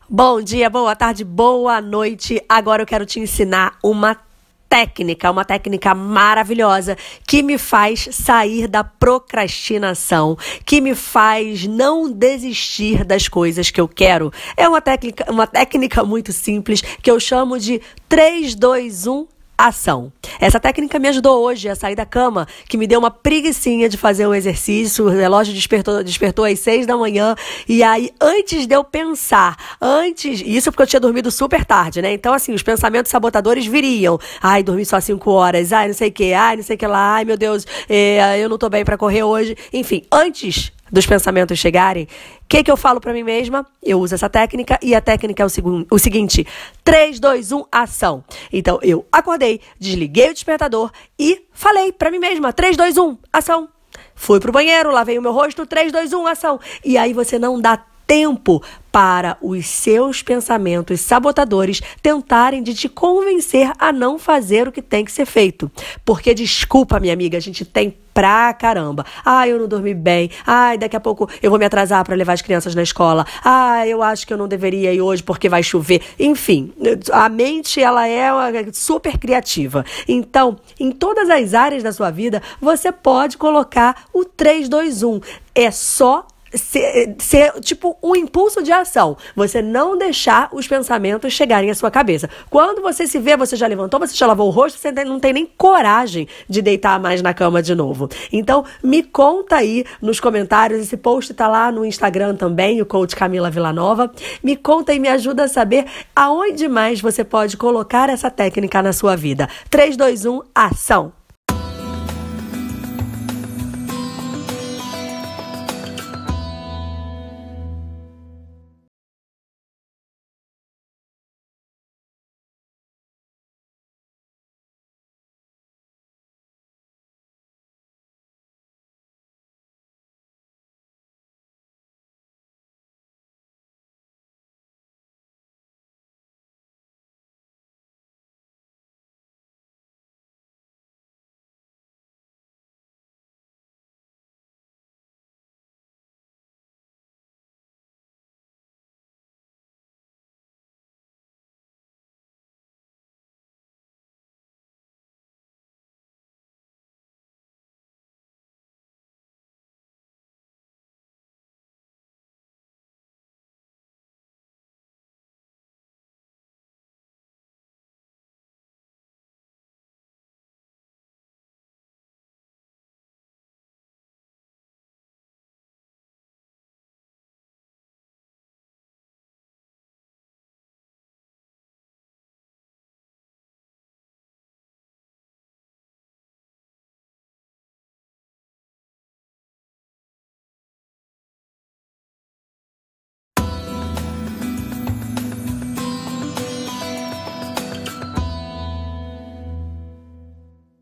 Bom dia, boa tarde, boa noite. Agora eu quero te ensinar uma técnica maravilhosa que me faz sair da procrastinação, que me faz não desistir das coisas que eu quero. É uma técnica muito simples que eu chamo de 3, 2, 1. Ação. Essa técnica me ajudou hoje a sair da cama, que me deu uma preguicinha de fazer um exercício. O relógio despertou às 6 da manhã. E aí, antes de eu pensar, isso porque eu tinha dormido super tarde, né? Então, assim, os pensamentos sabotadores viriam. Ai, dormi só 5 horas. Ai, não sei o que. Ai, não sei o que lá. Ai, meu Deus, eu não tô bem pra correr hoje. Enfim, antes dos pensamentos chegarem, o que eu falo pra mim mesma? Eu uso essa técnica e a técnica é o seguinte: 3, 2, 1, ação. Então, eu acordei, desliguei o despertador e falei pra mim mesma: 3, 2, 1, ação. Fui pro banheiro, lavei o meu rosto, 3, 2, 1, ação. E aí você não dá tempo para os seus pensamentos sabotadores tentarem de te convencer a não fazer o que tem que ser feito. Porque, desculpa, minha amiga, a gente tem pra caramba. Ai, eu não dormi bem. Ai, daqui a pouco eu vou me atrasar para levar as crianças na escola. Ai, eu acho que eu não deveria ir hoje porque vai chover. Enfim, a mente, ela é super criativa. Então, em todas as áreas da sua vida, você pode colocar o 3, 2, 1. É só ser tipo um impulso de ação. Você não deixar os pensamentos chegarem à sua cabeça. Quando você se vê, você já levantou, você já lavou o rosto, você não tem nem coragem de deitar mais na cama de novo. Então, me conta aí nos comentários, esse post tá lá no Instagram também, o coach Camila Villanova. Me conta e me ajuda a saber aonde mais você pode colocar essa técnica na sua vida. 3, 2, 1, ação!